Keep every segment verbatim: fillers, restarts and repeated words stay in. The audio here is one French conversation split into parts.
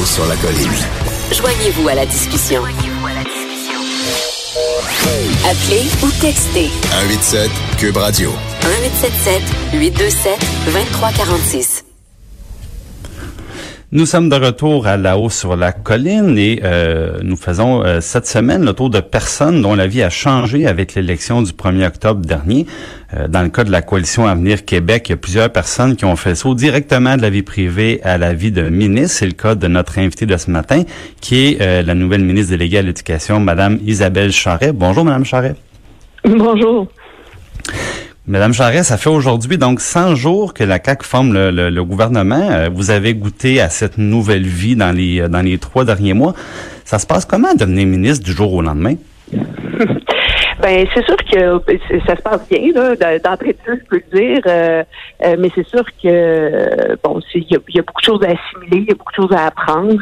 sur la colline. Joignez-vous à la discussion. Appelez ou textez. un huit sept Cube Radio. un huit sept sept huit deux sept deux trois quatre six. Nous sommes de retour à La Haut sur la colline et euh, nous faisons euh, cette semaine le tour de personnes dont la vie a changé avec l'élection du premier octobre dernier. Euh, dans le cas de la coalition Avenir Québec, il y a plusieurs personnes qui ont fait le saut directement de la vie privée à la vie de ministre. C'est le cas de notre invitée de ce matin, qui est euh, la nouvelle ministre déléguée à l'Éducation, Madame Isabelle Charest. Bonjour, Madame Charest. Bonjour. Madame Charest, ça fait aujourd'hui donc cent jours que la C A Q forme le, le, le gouvernement. Euh, vous avez goûté à cette nouvelle vie dans les dans les trois derniers mois. Ça se passe comment devenir ministre du jour au lendemain? Ben c'est sûr que ça se passe bien là, d'entrée de jeu, je peux le dire, euh, euh, mais c'est sûr que bon, il y, y a beaucoup de choses à assimiler, il y a beaucoup de choses à apprendre.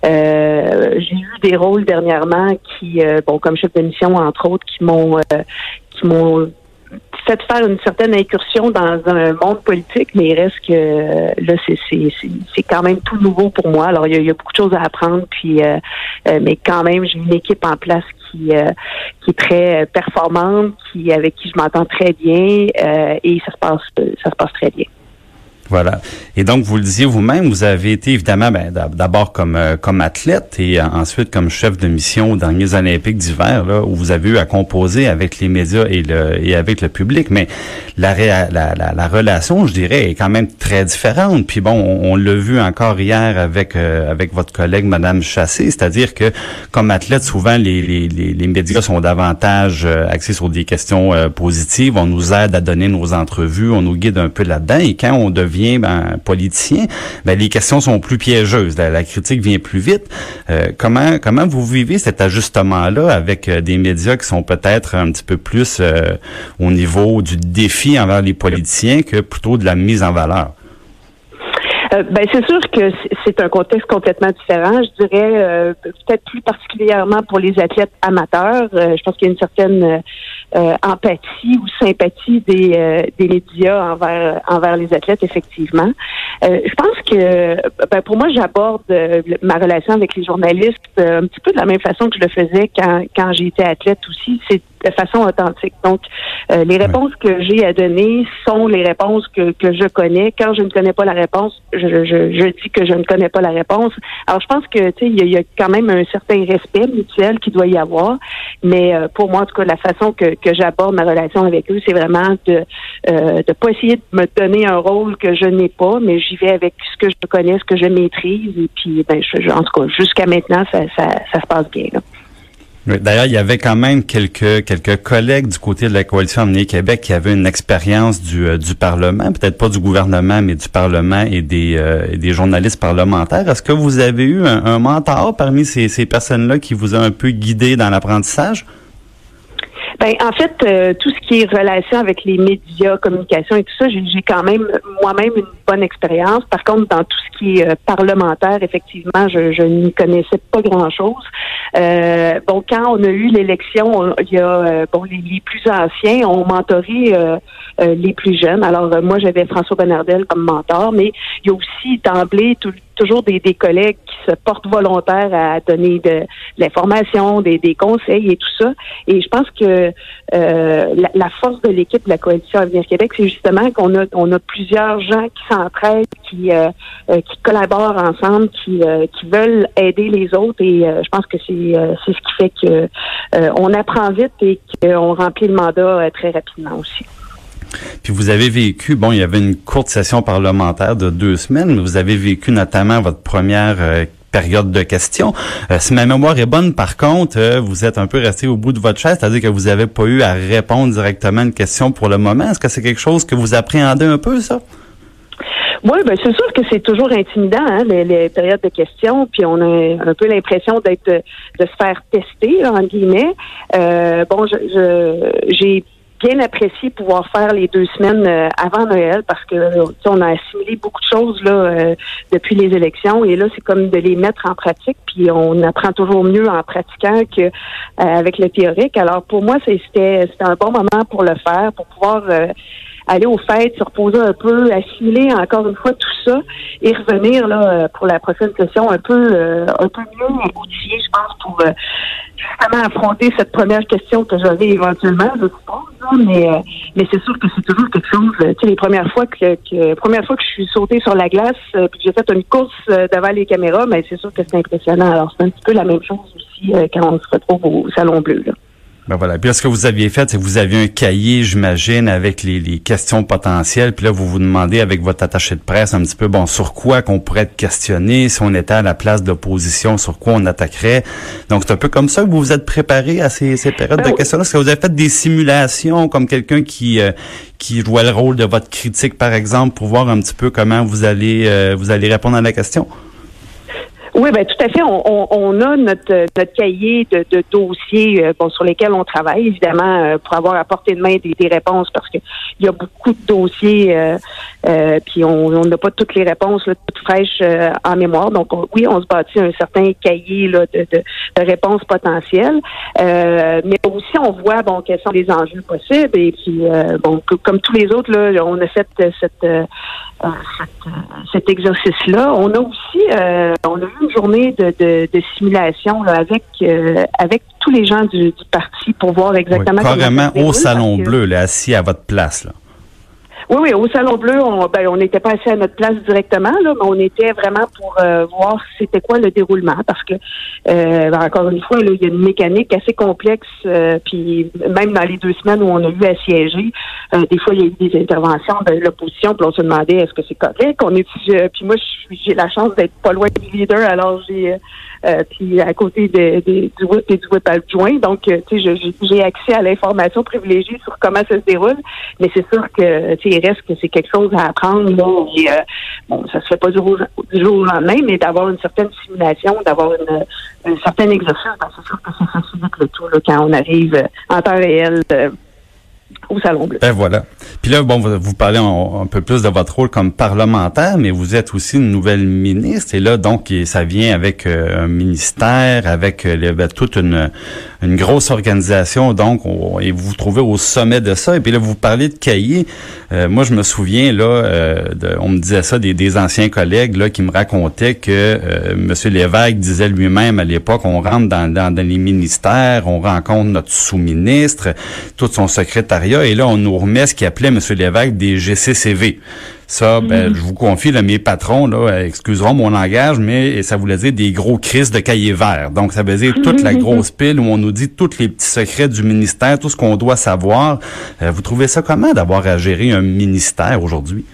Euh, j'ai eu des rôles dernièrement qui, euh, bon, comme chef de mission entre autres, qui m'ont euh, qui m'ont fait faire une certaine incursion dans un monde politique, mais il reste que là, c'est c'est c'est, c'est quand même tout nouveau pour moi. Alors, il y a, il y a beaucoup de choses à apprendre, puis euh, euh, mais quand même, j'ai une équipe en place qui euh, qui est très performante, qui avec qui je m'entends très bien, euh, et ça se passe ça se passe très bien. Voilà. Et donc, vous le disiez vous-même, vous avez été évidemment ben, d'abord comme euh, comme athlète et euh, ensuite comme chef de mission aux derniers Olympiques d'hiver, là, où vous avez eu à composer avec les médias et le et avec le public. Mais la, réa, la, la, la relation, je dirais, est quand même très différente. Puis bon, on, on l'a vu encore hier avec euh, avec votre collègue Madame Chassé, c'est-à-dire que comme athlète, souvent les les les, les médias sont davantage euh, axés sur des questions euh, positives. On nous aide à donner nos entrevues, on nous guide un peu là-dedans. Et quand on devient Ben, politicien, ben, les questions sont plus piégeuses. La, la critique vient plus vite. Euh, comment comment vous vivez cet ajustement-là avec euh, des médias qui sont peut-être un petit peu plus euh, au niveau du défi envers les politiciens que plutôt de la mise en valeur? Euh, ben c'est sûr que c'est un contexte complètement différent. Je dirais euh, peut-être plus particulièrement pour les athlètes amateurs. Euh, je pense qu'il y a une certaine euh, empathie ou sympathie des euh, des médias envers envers les athlètes, effectivement. Euh, je pense que ben pour moi, j'aborde euh, ma relation avec les journalistes euh, un petit peu de la même façon que je le faisais quand quand j'étais athlète aussi. C'est de façon authentique. Donc, euh, les réponses que j'ai à donner sont les réponses que, que je connais. Quand je ne connais pas la réponse, je, je, je dis que je ne connais pas la réponse. Alors, je pense que, tu sais, il y, y a quand même un certain respect mutuel qui doit y avoir. Mais euh, pour moi, en tout cas, la façon que, que j'aborde ma relation avec eux, c'est vraiment de euh, de pas essayer de me donner un rôle que je n'ai pas, mais j'y vais avec ce que je connais, ce que je maîtrise. Et puis, ben, je, je, en tout cas, jusqu'à maintenant, ça, ça, ça se passe bien, là. D'ailleurs, il y avait quand même quelques quelques collègues du côté de la coalition Avenir Québec qui avaient une expérience du euh, du Parlement, peut-être pas du gouvernement, mais du Parlement et des euh, et des journalistes parlementaires. Est-ce que vous avez eu un, un mentor parmi ces ces personnes-là qui vous a un peu guidé dans l'apprentissage? Ben, en fait, euh, tout ce qui est relation avec les médias, communication et tout ça, j'ai, j'ai quand même moi-même une bonne expérience. Par contre, dans tout ce qui est euh, parlementaire, effectivement, je, je n'y connaissais pas grand-chose. Euh, bon, quand on a eu l'élection, il y a euh, bon les, les plus anciens ont mentoré euh, euh, les plus jeunes. Alors, euh, moi, j'avais François Bonnardel comme mentor, mais il y a aussi d'emblée tout toujours des, des collègues qui se portent volontaires à donner de, de l'information, des, des conseils et tout ça. Et je pense que euh, la, la force de l'équipe de la coalition Avenir Québec, c'est justement qu'on a on a plusieurs gens qui s'entraident, qui euh, euh, qui collaborent ensemble, qui euh, qui veulent aider les autres. Et euh, je pense que c'est euh, c'est ce qui fait que euh, on apprend vite et qu'on remplit le mandat euh, très rapidement aussi. Puis vous avez vécu, bon, il y avait une courte session parlementaire de deux semaines, mais vous avez vécu notamment votre première euh, période de questions. Euh, si ma mémoire est bonne, par contre, euh, vous êtes un peu resté au bout de votre chaise, c'est-à-dire que vous n'avez pas eu à répondre directement à une question pour le moment. Est-ce que c'est quelque chose que vous appréhendez un peu, ça? Oui, ben c'est sûr que c'est toujours intimidant, hein, les, les périodes de questions, puis on a un peu l'impression d'être de se faire tester, là, entre guillemets. Euh, bon, je, je j'ai bien apprécié pouvoir faire les deux semaines euh, avant Noël parce que on a assimilé beaucoup de choses là euh, depuis les élections et là c'est comme de les mettre en pratique puis on apprend toujours mieux en pratiquant que euh, avec le théorique. Alors pour moi c'était c'était un bon moment pour le faire, pour pouvoir euh, aller aux fêtes, se reposer un peu, assimiler encore une fois tout ça et revenir là pour la prochaine session un peu euh, un peu mieux outillé, je pense, pour euh, justement affronter cette première question que j'avais éventuellement, je suppose. Là, mais euh, mais c'est sûr que c'est toujours quelque chose. Tu sais, les premières fois que, que première fois que je suis sautée sur la glace, euh, puis que j'ai fait une course euh, devant les caméras, mais c'est sûr que c'est impressionnant. Alors c'est un petit peu la même chose aussi euh, quand on se retrouve au Salon Bleu, là. Ben voilà. Puis là, ce que vous aviez fait, c'est que vous aviez un cahier, j'imagine, avec les, les questions potentielles. Puis là, vous vous demandez avec votre attaché de presse un petit peu, bon, sur quoi qu'on pourrait être questionné, si on était à la place d'opposition, sur quoi on attaquerait. Donc, c'est un peu comme ça que vous vous êtes préparé à ces, ces périodes de questions-là. Est-ce que vous avez fait des simulations comme quelqu'un qui euh, qui jouait le rôle de votre critique, par exemple, pour voir un petit peu comment vous allez euh, vous allez répondre à la question? Oui, ben tout à fait. On, on, on a notre notre cahier de, de dossiers euh, bon, sur lesquels on travaille, évidemment, euh, pour avoir à portée de main des, des réponses, parce que il y a beaucoup de dossiers, euh, euh, puis on n'a pas toutes les réponses là, toutes fraîches euh, en mémoire. Donc, on, oui, on se bâtit un certain cahier là, de, de, de réponses potentielles, euh, mais aussi on voit bon quels sont les enjeux possibles. Et puis, euh, bon, que, comme tous les autres, là, on a fait cette, cette euh, Cette, cet exercice-là. On a aussi, euh, on a eu une journée de, de, de simulation là, avec euh, avec tous les gens du, du parti pour voir exactement. Oui, carrément au Salon Bleu, là, assis à votre place, là. Oui, oui, au Salon Bleu, on ben, on n'était pas assis à notre place directement, là, mais on était vraiment pour euh, voir c'était quoi le déroulement, parce que euh, ben, encore une fois, là, il y a une mécanique assez complexe, euh, puis même dans les deux semaines où on a eu à siéger, euh, des fois il y a eu des interventions de l'opposition, puis on se demandait est-ce que c'est correct, on est, euh, puis moi j'ai la chance d'être pas loin du leader, alors j'ai euh, puis à côté de, de, du whip et du whip adjoint, donc euh, tu sais j'ai, j'ai accès à l'information privilégiée sur comment ça se déroule, mais c'est sûr que tu sais il reste que c'est quelque chose à apprendre là, et euh, bon ça se fait pas du jour, du jour au lendemain, mais d'avoir une certaine simulation, d'avoir une, un certain exercice, ben, c'est sûr que ça facilite le tout là, quand on arrive en temps réel euh, au Salon Bleu. Ben voilà. Puis là, bon, vous, vous parlez un, un peu plus de votre rôle comme parlementaire, mais vous êtes aussi une nouvelle ministre. Et là, donc, ça vient avec euh, un ministère, avec euh, ben, toute une une grosse organisation. Donc, on, et vous vous trouvez au sommet de ça. Et puis là, vous parlez de cahier. Euh, moi, je me souviens, là, euh, de, on me disait ça des, des anciens collègues là qui me racontaient que euh, M. Lévesque disait lui-même à l'époque, on rentre dans, dans, dans les ministères, on rencontre notre sous-ministre, tout son secrétariat, et là, on nous remet ce qu'il appelait M. Lévesque des G C C V. Ça, ben, mm-hmm. je vous confie, là, mes patrons, là, excuseront mon langage, mais ça voulait dire des gros crises de cahier vert. Donc, ça veut dire toute la grosse pile où on nous dit tous les petits secrets du ministère, tout ce qu'on doit savoir. Euh, vous trouvez ça comment d'avoir à gérer un ministère aujourd'hui?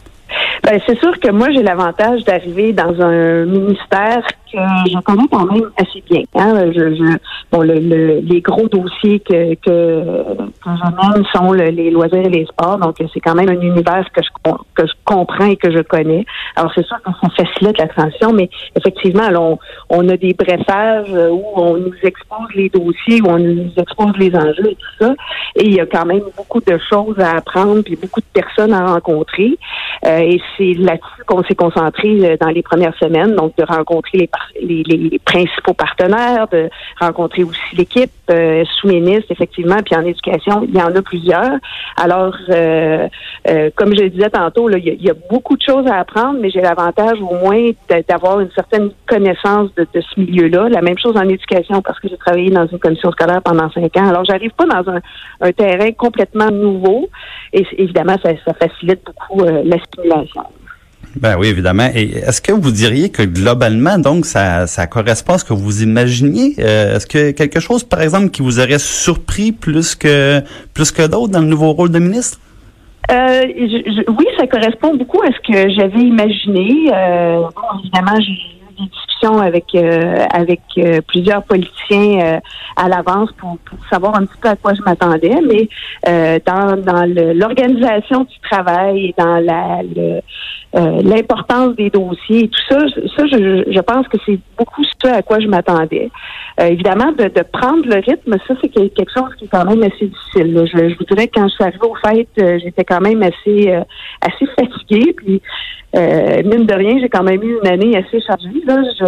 Ben, c'est sûr que moi, j'ai l'avantage d'arriver dans un ministère que je connais quand même assez bien. Hein? Je, je, bon, le, le, les gros dossiers que, que, que je mène sont le, les loisirs et les sports. Donc, c'est quand même un univers que je, que je comprends et que je connais. Alors, c'est sûr que ça facilite la transition, mais effectivement, là, on, on a des breffages où on nous expose les dossiers, où on nous expose les enjeux et tout ça. Et il y a quand même beaucoup de choses à apprendre puis beaucoup de personnes à rencontrer. Euh, et c'est là-dessus qu'on s'est concentré dans les premières semaines, donc de rencontrer les, par- les, les principaux partenaires, de rencontrer aussi l'équipe euh, sous-ministre, effectivement, puis en éducation, il y en a plusieurs. Alors, euh, euh, comme je le disais tantôt, là, il, y a, il y a beaucoup de choses à apprendre, mais j'ai l'avantage au moins de, d'avoir une certaine connaissance de, de ce milieu-là. La même chose en éducation, parce que j'ai travaillé dans une commission scolaire pendant cinq ans. Alors, j'arrive pas dans un, un terrain complètement nouveau, et évidemment, ça, ça facilite beaucoup euh, l'assimilation. Ben oui, évidemment. Et est-ce que vous diriez que globalement, donc, ça, ça correspond à ce que vous imaginiez? Euh, est-ce que quelque chose, par exemple, qui vous aurait surpris plus que plus que d'autres dans le nouveau rôle de ministre? Euh, je, je, oui, ça correspond beaucoup à ce que j'avais imaginé. Euh, bon, évidemment, j'ai eu des discussions avec euh, avec euh, plusieurs politiciens euh, à l'avance pour, pour savoir un petit peu à quoi je m'attendais, mais euh, dans, dans le, l'organisation du travail et dans la le, euh, l'importance des dossiers et tout ça, ça je, je pense que c'est beaucoup ce à quoi je m'attendais. Euh, évidemment, de, de prendre le rythme, ça c'est quelque chose qui est quand même assez difficile. Là. Je, je vous dirais que quand je suis arrivée aux fêtes, euh, j'étais quand même assez euh, assez fatiguée, puis Euh, mine de rien, j'ai quand même eu une année assez chargée. Là. Je,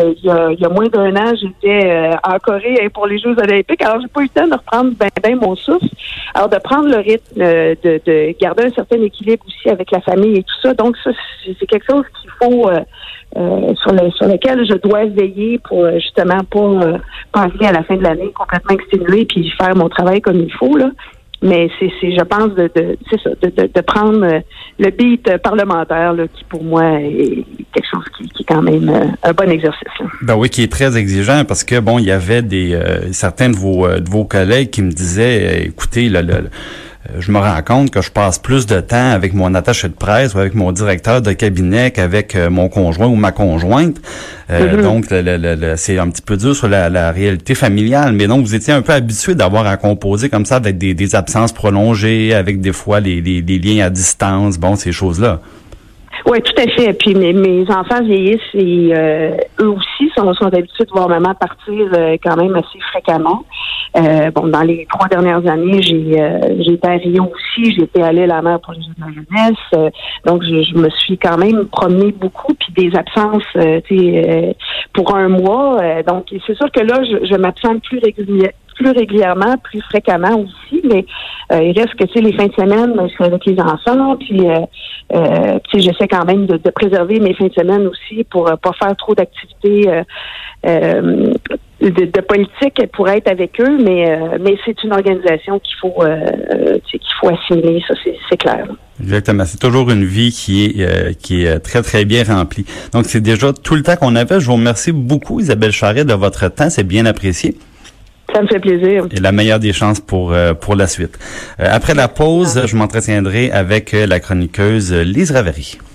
euh, il, y a, il y a moins d'un an, j'étais euh, en Corée hein, pour les Jeux olympiques. Alors, j'ai pas eu le temps de reprendre ben, ben mon souffle. Alors, de prendre le rythme, euh, de, de garder un certain équilibre aussi avec la famille et tout ça. Donc, ça, c'est, c'est quelque chose qu'il faut, euh, euh, sur, le, sur lequel je dois veiller pour justement pas, euh, pas arriver à la fin de l'année complètement exténué puis faire mon travail comme il faut, là. Mais c'est, c'est, je pense, de, de, c'est ça, de, de, de prendre le beat parlementaire là, qui, pour moi, est quelque chose qui, qui est quand même un bon exercice. Là. Ben oui, qui est très exigeant parce que, bon, il y avait des euh, certains de vos, de vos collègues qui me disaient, euh, écoutez, le, le, je me rends compte que je passe plus de temps avec mon attaché de presse ou avec mon directeur de cabinet qu'avec euh, mon conjoint ou ma conjointe. Euh, mm-hmm. Donc, le, le, le, c'est un petit peu dur sur la, la réalité familiale. Mais donc, vous étiez un peu habitué d'avoir à composer comme ça avec des, des absences prolongées, avec des fois les, les, les liens à distance, bon, ces choses-là. Oui, tout à fait. Puis mes, mes enfants vieillissent et euh, eux aussi sont, sont habitués de voir maman partir euh, quand même assez fréquemment. Euh, bon, dans les trois dernières années, j'ai euh, j'ai été à Rio aussi, j'ai été à l'île à la mer pour les Jeux de la jeunesse. Euh, donc, je, je me suis quand même promenée beaucoup, puis des absences, euh, tu sais, euh, pour un mois. Euh, donc, c'est sûr que là, je, je m'absente plus régulièrement. plus régulièrement, plus fréquemment aussi, mais euh, il reste que, tu sais, les fins de semaine, je suis avec les enfants, puis euh, euh, tu sais, j'essaie quand même de, de préserver mes fins de semaine aussi pour euh, pas faire trop d'activités euh, euh, de, de politique pour être avec eux, mais euh, mais c'est une organisation qu'il faut euh, tu sais, qu'il faut assimiler, ça c'est, c'est clair. Exactement. C'est toujours une vie qui est euh, qui est très, très bien remplie. Donc, c'est déjà tout le temps qu'on avait. Je vous remercie beaucoup, Isabelle Charret, de votre temps. C'est bien apprécié. Ça me fait plaisir. Et la meilleure des chances pour euh, pour la suite. Euh, après la pause, je m'entretiendrai avec euh, la chroniqueuse Lise Ravary.